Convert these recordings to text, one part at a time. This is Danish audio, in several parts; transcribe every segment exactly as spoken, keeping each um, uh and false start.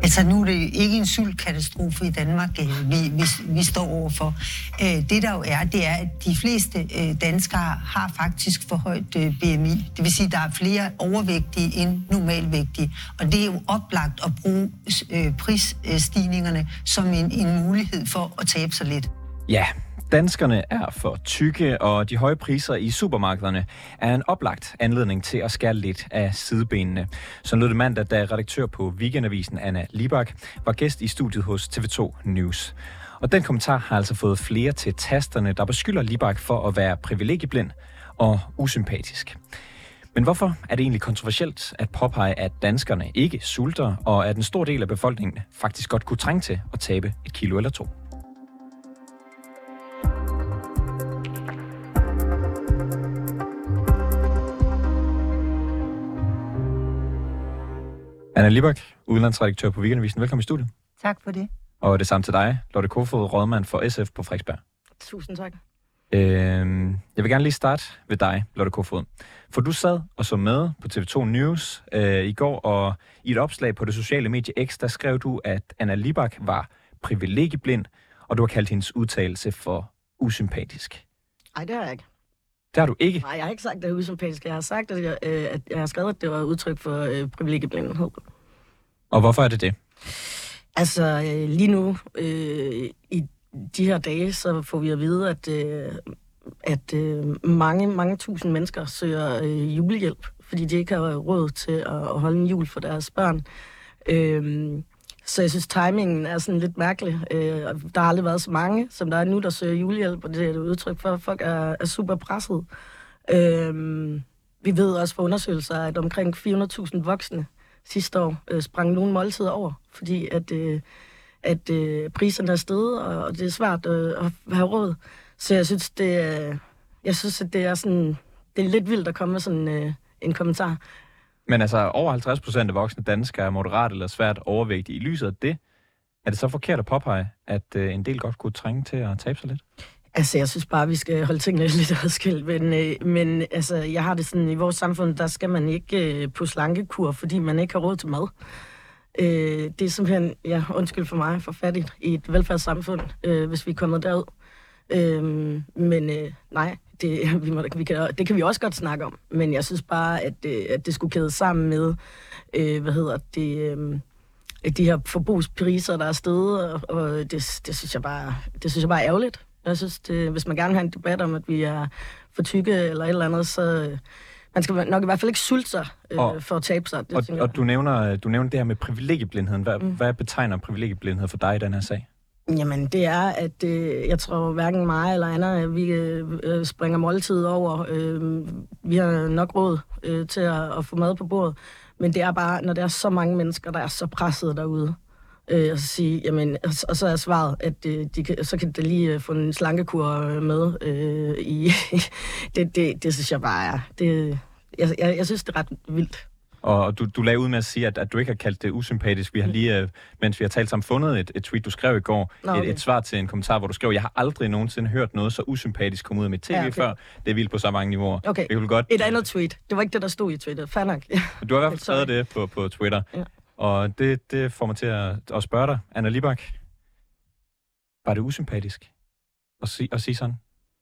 Altså nu er det ikke en sultkatastrofe i Danmark, vi, vi, vi står overfor. Det der jo er, det er, at de fleste danskere har faktisk for højt B M I. Det vil sige, at der er flere overvægtige end normalvægtige. Og det er jo oplagt at bruge prisstigningerne som en, en mulighed for at tabe sig lidt. Ja, danskerne er for tykke, og de høje priser i supermarkederne er en oplagt anledning til at skære lidt af sidebenene. Så lød det mandag, da redaktør på Weekendavisen Anna Libak var gæst i studiet hos T V to News. Og den kommentar har altså fået flere til tasterne, der beskylder Libak for at være privilegieblind og usympatisk. Men hvorfor er det egentlig kontroversielt at påpege, at danskerne ikke sulter, og at en stor del af befolkningen faktisk godt kunne trænge til at tabe et kilo eller to? Anna Libak, udenlandsredaktør på Weekendavisen. Velkommen i studiet. Tak for det. Og det samme til dig, Lotte Kofod, rådmand for S F på Frederiksberg. Tusind tak. Øhm, jeg vil gerne lige starte ved dig, Lotte Kofod. For du sad og så med på T V to News øh, i går, og i et opslag på det sociale medie X, der skrev du, at Anna Libak var privilegieblind, og du har kaldt hendes udtalelse for usympatisk. Nej, det har jeg ikke. Det har du ikke? Nej, jeg har ikke sagt, at det er usympatisk. Jeg har sagt, at jeg, øh, at jeg har skrevet, at det var udtryk for øh, privilegieblindhed. Og hvorfor er det det? Altså, øh, lige nu, øh, i de her dage, så får vi at vide, at, øh, at øh, mange, mange tusind mennesker søger øh, julehjælp, fordi de ikke har råd til at, at holde en jul for deres børn. Øh, så jeg synes, timingen er sådan lidt mærkelig. Øh, der har aldrig været så mange, som der er nu, der søger julehjælp, og det er et udtryk for, at folk er, er super presset. Øh, vi ved også fra undersøgelser, at omkring fire hundrede tusind voksne sidste år øh, sprang nogle måltider over, fordi at, øh, at øh, priserne er steget, og, og det er svært øh, at have råd. Så jeg synes, det er, jeg synes, at det er sådan, det er lidt vildt at komme med sådan øh, en kommentar. Men altså, over halvtreds procent af voksne danskere er moderat eller svært overvægtige. I lyset af det, er det så forkert at påpege, at øh, en del godt kunne trænge til at tabe sig lidt? Altså, jeg synes bare, vi skal holde tingene lidt adskilt, men, øh, men altså, jeg har det sådan, i vores samfund, der skal man ikke øh, på slankekur, fordi man ikke har råd til mad. Øh, det er simpelthen, ja, undskyld for mig, for fattigt i et velfærdssamfund, øh, hvis vi er kommet derud. Øh, men øh, nej, det, vi må, vi kan, det kan vi også godt snakke om, men jeg synes bare, at, øh, at det skulle kædes sammen med, øh, hvad hedder det, øh, de her forbrugspriser, der er steget, og, og det, det, synes jeg bare, det synes jeg bare er ærgerligt. Jeg synes, det, hvis man gerne vil have en debat om, at vi er for tykke eller et eller andet, så man skal nok i hvert fald ikke sulte sig øh, og, for at tabe sig. Det, og og du, nævner, du nævner det her med privilegieblindheden. Hvad, mm. hvad betegner privilegieblindhed for dig i den her sag? Jamen, det er, at øh, jeg tror hverken mig eller Anna, vi øh, springer måltid over. Øh, vi har nok råd øh, til at, at få mad på bordet. Men det er bare, når der er så mange mennesker, der er så presset derude, Øh, og, så sige, jamen, og, og så er svaret, at øh, de kan, så kan det lige øh, få en slankekur med øh, i. det, det, det synes jeg bare er. Det, jeg, jeg, jeg synes, det er ret vildt. Og du, du lagde ud med at sige, at, at du ikke har kaldt det usympatisk. Vi har lige, øh, mens vi har talt sammen, fundet et, et tweet, du skrev i går. Nå, okay. et, et svar til en kommentar, hvor du skrev, jeg har aldrig nogensinde hørt noget så usympatisk komme ud af mit tv ja, okay. før. Det er vildt på så mange niveauer. Okay. Jeg godt, et andet tweet. Det var ikke det, der stod i tweetet. Fair nok. Du har i hvert fald skrevet det på, på Twitter. Ja. Og det, det får mig til at, at spørge dig, Anna Libak. Var det usympatisk at sige, at sige sådan?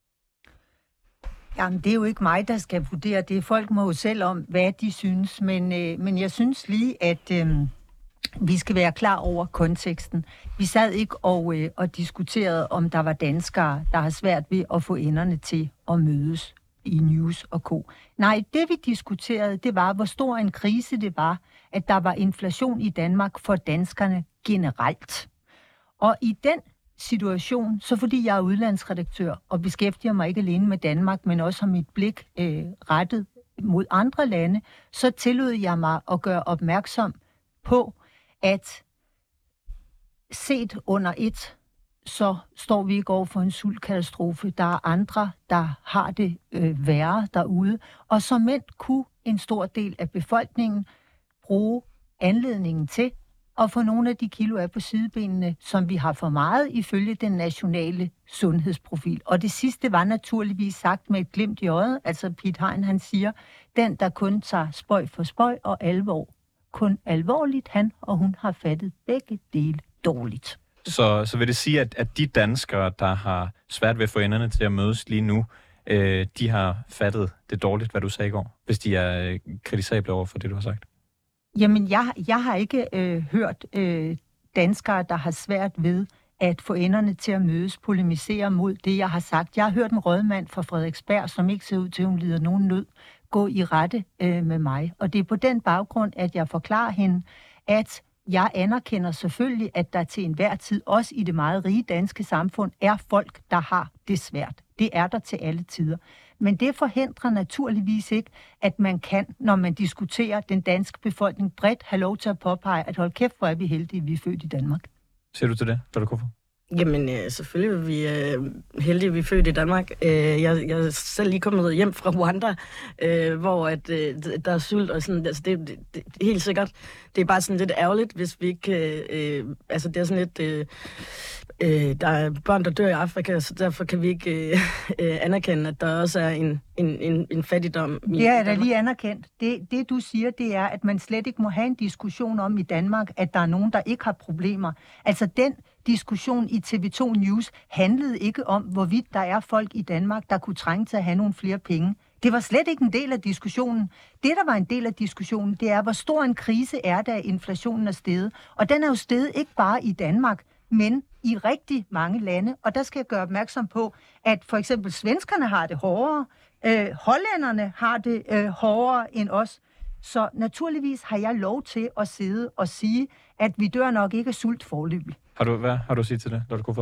Jamen, det er jo ikke mig, der skal vurdere det. Folk må jo selv om, hvad de synes. Men, øh, men jeg synes lige, at øh, vi skal være klar over konteksten. Vi sad ikke og, øh, og diskuterede, om der var danskere, der har svært ved at få enderne til at mødes i News og Co. Nej, det vi diskuterede, det var, hvor stor en krise det var, at der var inflation i Danmark for danskerne generelt. Og i den situation, så fordi jeg er udlandsredaktør og beskæftiger mig ikke alene med Danmark, men også har mit blik øh, rettet mod andre lande, så tillod jeg mig at gøre opmærksom på, at set under et, så står vi ikke over for en sultkatastrofe. Der er andre, der har det øh, værre derude. Og som mænd kunne en stor del af befolkningen bruge anledningen til at få nogle af de kilo af på sidebenene, som vi har for meget ifølge den nationale sundhedsprofil. Og det sidste var naturligvis sagt med et glimt i øjet. Altså Piet Hein, han siger, den der kun tager spøj for spøj og alvor kun alvorligt. Han og hun har fattet begge dele dårligt. Så, så vil det sige, at, at de danskere, der har svært ved at få enderne til at mødes lige nu, øh, de har fattet det dårligt, hvad du sagde i går, hvis de er øh, kritisable over for det, du har sagt? Jamen, jeg, jeg har ikke øh, hørt øh, danskere, der har svært ved at få enderne til at mødes, polemisere mod det, jeg har sagt. Jeg har hørt en rådmand fra Frederiksberg, som ikke ser ud til, at hun lider nogen nød, gå i rette øh, med mig. Og det er på den baggrund, at jeg forklarer hende, at jeg anerkender selvfølgelig, at der til enhver tid, også i det meget rige danske samfund, er folk, der har det svært. Det er der til alle tider. Men det forhindrer naturligvis ikke, at man kan, når man diskuterer den danske befolkning bredt, have lov til at påpege, at hold kæft, hvor er vi heldige, vi er født i Danmark. Ser du til det, Lotte Kofod? Jamen, øh, selvfølgelig er vi øh, heldige, at vi er født i Danmark. Øh, jeg, jeg er selv lige kommet hjem fra Rwanda, øh, hvor at, øh, der er sult og sådan. Altså, det, det, det er helt sikkert. Det er bare sådan lidt ærgerligt, hvis vi ikke... Øh, altså, det er sådan lidt... Øh, øh, der er børn, der dør i Afrika, så derfor kan vi ikke øh, øh, anerkende, at der også er en, en, en, en fattigdom. Det er da lige anerkendt. Det, det, du siger, det er, at man slet ikke må have en diskussion om i Danmark, at der er nogen, der ikke har problemer. Altså, den diskussion i T V to News handlede ikke om, hvorvidt der er folk i Danmark, der kunne trænge til at have nogle flere penge. Det var slet ikke en del af diskussionen. Det, der var en del af diskussionen, det er, hvor stor en krise er der, inflationen er steget. Og den er jo steget ikke bare i Danmark, men i rigtig mange lande. Og der skal jeg gøre opmærksom på, at for eksempel svenskerne har det hårdere, øh, hollænderne har det øh, hårdere end os. Så naturligvis har jeg lov til at sidde og sige, at vi dør nok ikke af sult foreløbig. Har du, hvad har du at sige til det, Lotte Kofod?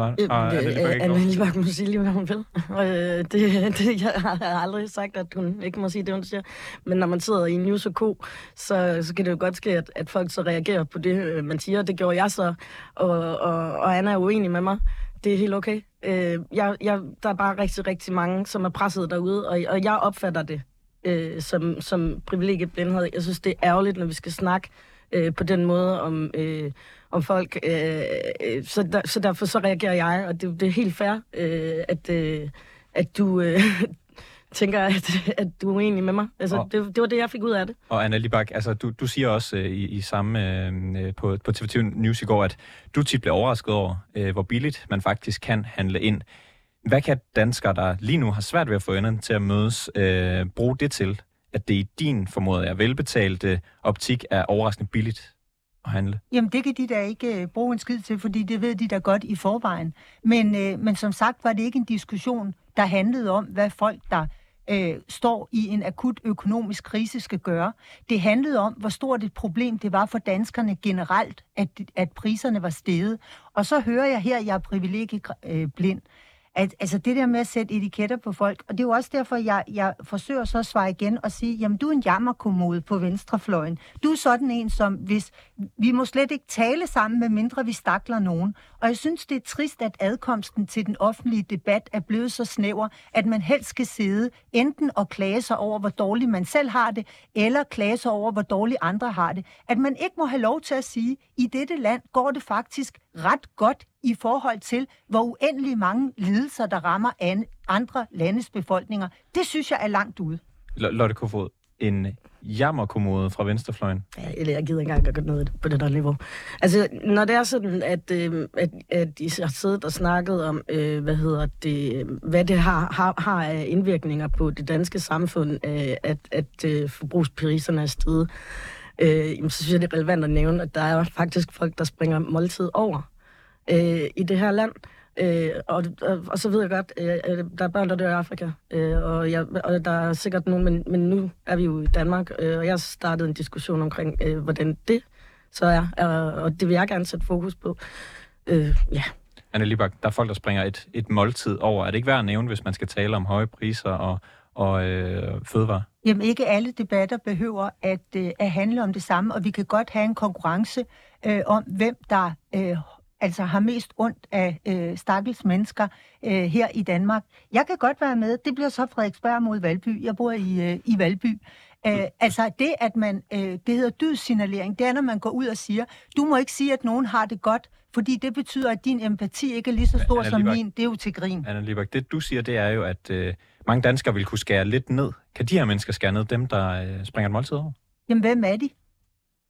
Anne Libak må sige lige, hvad hun vil. det, det, jeg har aldrig sagt, at hun ikke må sige det, hun siger. Men når man sidder i News og Co, så, så kan det jo godt ske, at, at folk så reagerer på det, man siger. Det gjorde jeg så, og, og, og Anna er uenig med mig. Det er helt okay. Jeg, jeg, der er bare rigtig, rigtig mange, som er presset derude, og, og jeg opfatter det øh, som, som privilegieblindhed. Jeg synes, det er ærgerligt, når vi skal snakke øh, på den måde om... Øh, om folk, øh, så, der, så derfor så reagerer jeg, og det, det er helt fair, øh, at, øh, at du øh, tænker, at, at du er uenig med mig. Altså, og, det, det var det, jeg fik ud af det. Og Anna Libak, altså, du, du siger også øh, i, i samme øh, på, på T V to News i går, at du tit bliver overrasket over, øh, hvor billigt man faktisk kan handle ind. Hvad kan danskere, der lige nu har svært ved at få enderne til at mødes, øh, bruge det til, at det i din formodet er velbetalte optik er overraskende billigt at handle? Jamen, det kan de da ikke uh, bruge en skid til, fordi det ved de da godt i forvejen. Men, uh, men som sagt var det ikke en diskussion, der handlede om, hvad folk, der uh, står i en akut økonomisk krise, skal gøre. Det handlede om, hvor stort et problem det var for danskerne generelt, at, at priserne var steget. Og så hører jeg her, at jeg er privilegieblind. At, altså det der med at sætte etiketter på folk, og det er jo også derfor, jeg, jeg forsøger så at svare igen og sige, jamen du er en jammerkommode på venstrefløjen. Du er sådan en, som hvis vi må slet ikke tale sammen, med mindre vi stakler nogen. Og jeg synes, det er trist, at adkomsten til den offentlige debat er blevet så snæver, at man helst skal sidde enten og klage sig over, hvor dårligt man selv har det, eller klage sig over, hvor dårligt andre har det. At man ikke må have lov til at sige, i dette land går det faktisk ret godt i forhold til, hvor uendelig mange lidelser, der rammer andre landes befolkninger. Det synes jeg er langt ude. Lotte Kofod, en jammerkommode fra venstrefløjen? Ja, jeg gider ikke engang at gøre noget på det der niveau. Altså, når det er sådan, at, øh, at, at de har siddet og snakket om, øh, hvad hedder det, hvad det har, har, har af indvirkninger på det danske samfund, øh, at, at øh, forbrugspriserne er steget, øh, så synes jeg, det er relevant at nævne, at der er faktisk folk, der springer måltid over øh, i det her land. Øh, og, og, og så ved jeg godt, øh, der er børn, der dør i Afrika, øh, og, jeg, og der er sikkert nogen, men, men nu er vi jo i Danmark, øh, og jeg startede en diskussion omkring, øh, hvordan det så er, og, og det vil jeg gerne sætte fokus på. Øh, ja. Anne Libak, der er folk, der springer et, et måltid over. Er det ikke værd at nævne, hvis man skal tale om høje priser og, og øh, fødevarer? Jamen ikke alle debatter behøver at, øh, at handle om det samme, og vi kan godt have en konkurrence øh, om, hvem der øh, altså har mest ondt af øh, stakkels mennesker øh, her i Danmark. Jeg kan godt være med. Det bliver så Frederiksberg mod Valby. Jeg bor i, øh, i Valby. Øh, altså det, at man, øh, det hedder dydssignalering, det er, når man går ud og siger, du må ikke sige, at nogen har det godt, fordi det betyder, at din empati ikke er lige så stor som min. Det er jo til grin. Anna Libak, det du siger, det er jo, at øh, mange danskere vil kunne skære lidt ned. Kan de her mennesker skære ned, dem der øh, springer et måltid over? Jamen, hvem er de?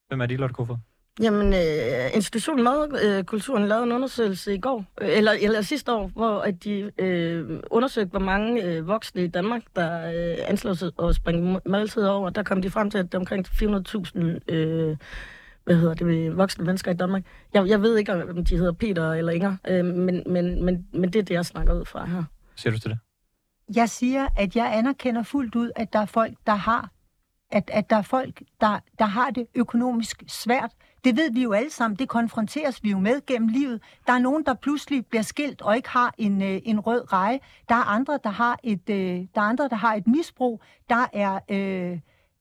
Hvem er de, Lotte Kofod? Jamen, øh, institutionen Madkulturen øh, lavede en undersøgelse i går, øh, eller, eller sidste år, hvor at de øh, undersøgte, hvor mange øh, voksne i Danmark, der øh, anslår sig at springe madtider over. Der kom de frem til, at det er omkring fire hundrede tusind øh, hvad hedder det, voksne mennesker i Danmark. Jeg, jeg ved ikke, om de hedder Peter eller Inger, øh, men, men, men, men det er det, jeg snakker ud fra her. Siger du til det? Jeg siger, at jeg anerkender fuldt ud, at der er folk, der har, at, at der er folk, der, der har det økonomisk svært. Det ved vi jo alle sammen. Det konfronteres vi jo med gennem livet. Der er nogen, der pludselig bliver skilt og ikke har en, øh, en rød reje. Der er andre, der har et, øh, der er andre, der har et misbrug. Der er øh,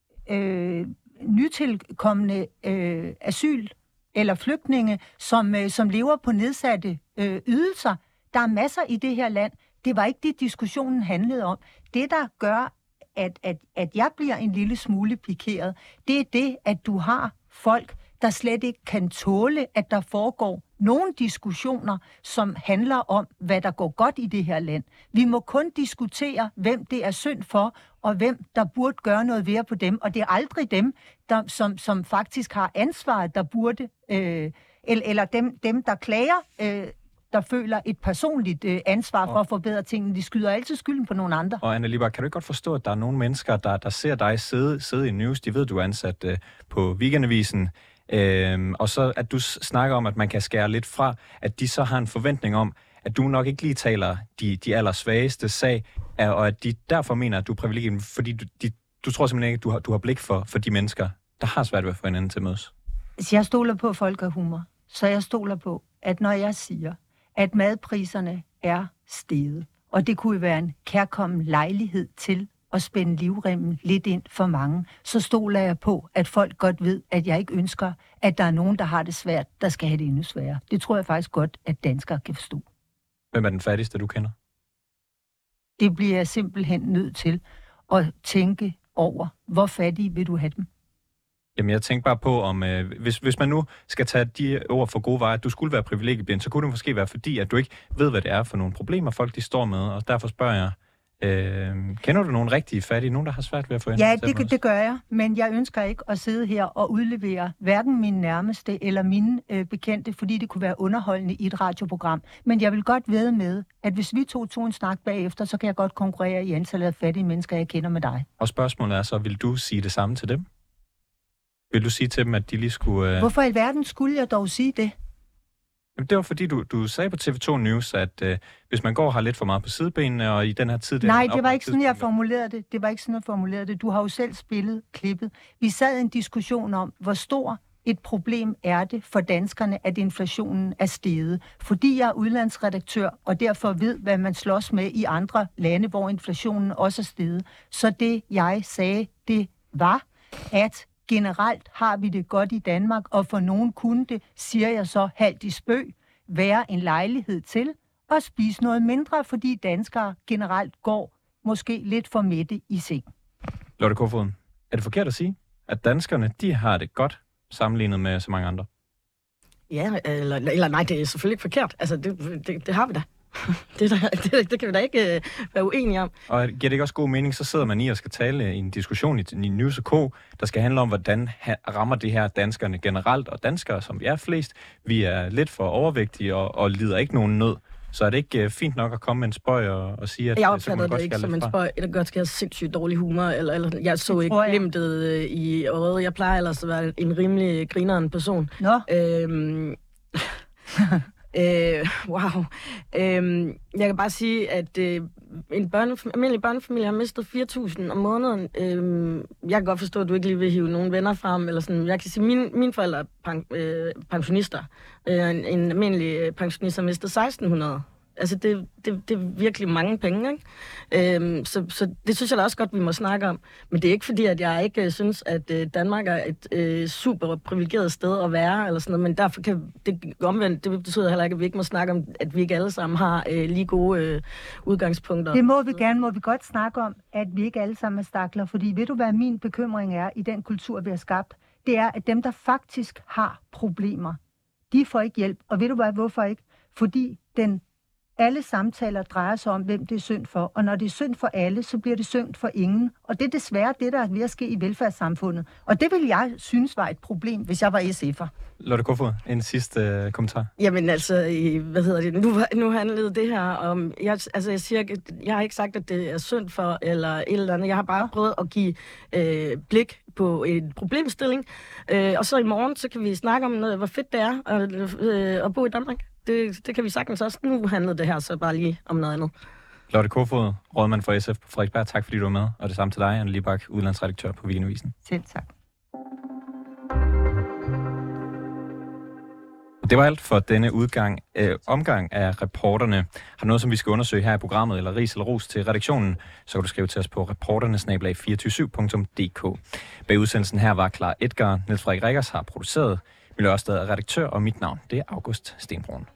øh, nytilkommende øh, asyl eller flygtninge, som, øh, som lever på nedsatte øh, ydelser. Der er masser i det her land. Det var ikke det, diskussionen handlede om. Det, der gør, at, at, at jeg bliver en lille smule pikeret, det er det, at du har folk, der slet ikke kan tåle, at der foregår nogle diskussioner, som handler om, hvad der går godt i det her land. Vi må kun diskutere, hvem det er synd for, og hvem der burde gøre noget ved på dem. Og det er aldrig dem, der, som, som faktisk har ansvaret, der burde, øh, eller, eller dem, dem, der klager, øh, der føler et personligt øh, ansvar for at forbedre tingene. De skyder altid skylden på nogle andre. Og Anna Libak, kan du ikke godt forstå, at der er nogle mennesker, der, der ser dig sidde, sidde i news, de ved, du er ansat øh, på Weekendavisen, øh, og så at du snakker om, at man kan skære lidt fra, at de så har en forventning om, at du nok ikke lige taler de, de allersvageste sag, og at de derfor mener, at du er privilegeret, fordi du, de, du tror simpelthen ikke, at du har, du har blik for, for de mennesker, der har svært ved at få hinanden til at mødes. Så jeg stoler på, at folk har humor. Så jeg stoler på, at når jeg siger, at madpriserne er steget, og det kunne være en kærkommen lejlighed til at spænde livremmen lidt ind for mange, så stoler jeg på, at folk godt ved, at jeg ikke ønsker, at der er nogen, der har det svært, der skal have det endnu sværere. Det tror jeg faktisk godt, at danskere kan forstå. Hvem er den fattigste, du kender? Det bliver jeg simpelthen nødt til at tænke over, hvor fattige vil du have dem? Jamen, jeg tænker bare på, om øh, hvis, hvis man nu skal tage de ord for gode veje, at du skulle være privilegieblind, så kunne det måske være fordi, at du ikke ved, hvad det er for nogle problemer, folk de står med. Og derfor spørger jeg, øh, kender du nogle rigtige fattige, nogen, der har svært ved at få ind? Ja, det, det gør jeg, men jeg ønsker ikke at sidde her og udlevere hverken mine nærmeste eller mine øh, bekendte, fordi det kunne være underholdende i et radioprogram. Men jeg vil godt vædde med, at hvis vi to tog en snak bagefter, så kan jeg godt konkurrere i antallet af fattige mennesker, jeg kender med dig. Og spørgsmålet er så, vil du sige det samme til dem? Vil du sige til dem, at de lige skulle... Øh... Hvorfor i alverden skulle jeg dog sige det? Jamen, det var fordi, du, du sagde på T V to News, at øh, hvis man går og har lidt for meget på sidebenene, og i den her tid... Nej, det var ikke sådan, jeg formulerede det. Det var ikke sådan, jeg formulerede det. Du har jo selv spillet klippet. Vi sad i en diskussion om, hvor stor et problem er det for danskerne, at inflationen er steget. Fordi jeg er udlandsredaktør, og derfor ved, hvad man slås med i andre lande, hvor inflationen også er steget. Så det, jeg sagde, det var, at generelt har vi det godt i Danmark, og for nogen kunne det, siger jeg så halvt i spøg, være en lejlighed til at spise noget mindre, fordi danskere generelt går måske lidt for mætte i seng. Lotte Kofod, er det forkert at sige, at danskerne, de har det godt sammenlignet med så mange andre? Ja, eller, eller nej, det er selvfølgelig ikke forkert. Altså, det, det, det har vi da. Det, der, det, det kan vi da ikke øh, være uenige om. Og giver det ikke også god mening, så sidder man i og skal tale i en diskussion i, i News og K, der skal handle om, hvordan ha, rammer det her danskerne generelt, og danskere, som vi er flest, vi er lidt for overvægtige og, og lider ikke nogen nød. Så er det ikke uh, fint nok at komme med en spøj og, og sige, at jeg opfatter det, det ikke som en spøj, eller godt skal have sindssygt dårlig humor, eller, eller jeg så ikke jeg. glimtet øh, i øjet. Jeg plejer ellers at være en rimelig grineren person. Nå. Øhm, Øh, wow. Øh, jeg kan bare sige, at øh, en børnef- almindelig børnefamilie har mistet fire tusind om måneden. Øh, jeg kan godt forstå, at du ikke lige vil hive nogle venner frem. Eller sådan. Jeg kan sige, at mine, mine forældre er pen- øh, pensionister. Øh, en, en almindelig pensionist har mistet seksten hundrede. Altså, det, det, det er virkelig mange penge, ikke? Øhm, så, så det synes jeg da også godt, vi må snakke om. Men det er ikke fordi, at jeg ikke synes, at øh, Danmark er et øh, super privilegeret sted at være, eller sådan noget, men derfor kan det omvendt, det betyder heller ikke, at vi ikke må snakke om, at vi ikke alle sammen har øh, lige gode øh, udgangspunkter. Det må vi gerne, må vi godt snakke om, at vi ikke alle sammen er stakler, fordi ved du, hvad min bekymring er i den kultur, vi har skabt? Det er, at dem, der faktisk har problemer, de får ikke hjælp. Og ved du hvad, hvorfor ikke? Fordi den Alle samtaler drejer sig om, hvem det er synd for. Og når det er synd for alle, så bliver det synd for ingen. Og det er desværre det, der er ved at ske i velfærdssamfundet. Og det vil jeg synes var et problem, hvis jeg var S F'er. Lotte Kofod, en sidste øh, kommentar. Jamen altså, hvad hedder det? Nu, nu handlede det her om... Jeg, altså, jeg, siger, jeg har ikke sagt, at det er synd for, eller et eller andet. Jeg har bare prøvet at give øh, blik på en problemstilling. Øh, og så i morgen, så kan vi snakke om, noget, hvor fedt det er at, øh, at bo i Danmark. Det, det kan vi sagtens også. Nu handlede det her så bare lige om noget andet. Lotte Kofod, rådmand for S F på Frederiksberg. Tak fordi du var med. Og det samme til dig, Anne Libak, udlandsredaktør på Weekendavisen. Selv tak. Det var alt for denne udgang, øh, omgang af reporterne. Har du noget, som vi skal undersøge her i programmet, eller ris eller ros til redaktionen, så kan du skrive til os på reporterne snabel-a to fire syv punktum d k. Bag udsendelsen her var Clara Edgar. Niels Frederik Rikkers har produceret. Mille Ørsted er redaktør, og mit navn det er August Stenbrun.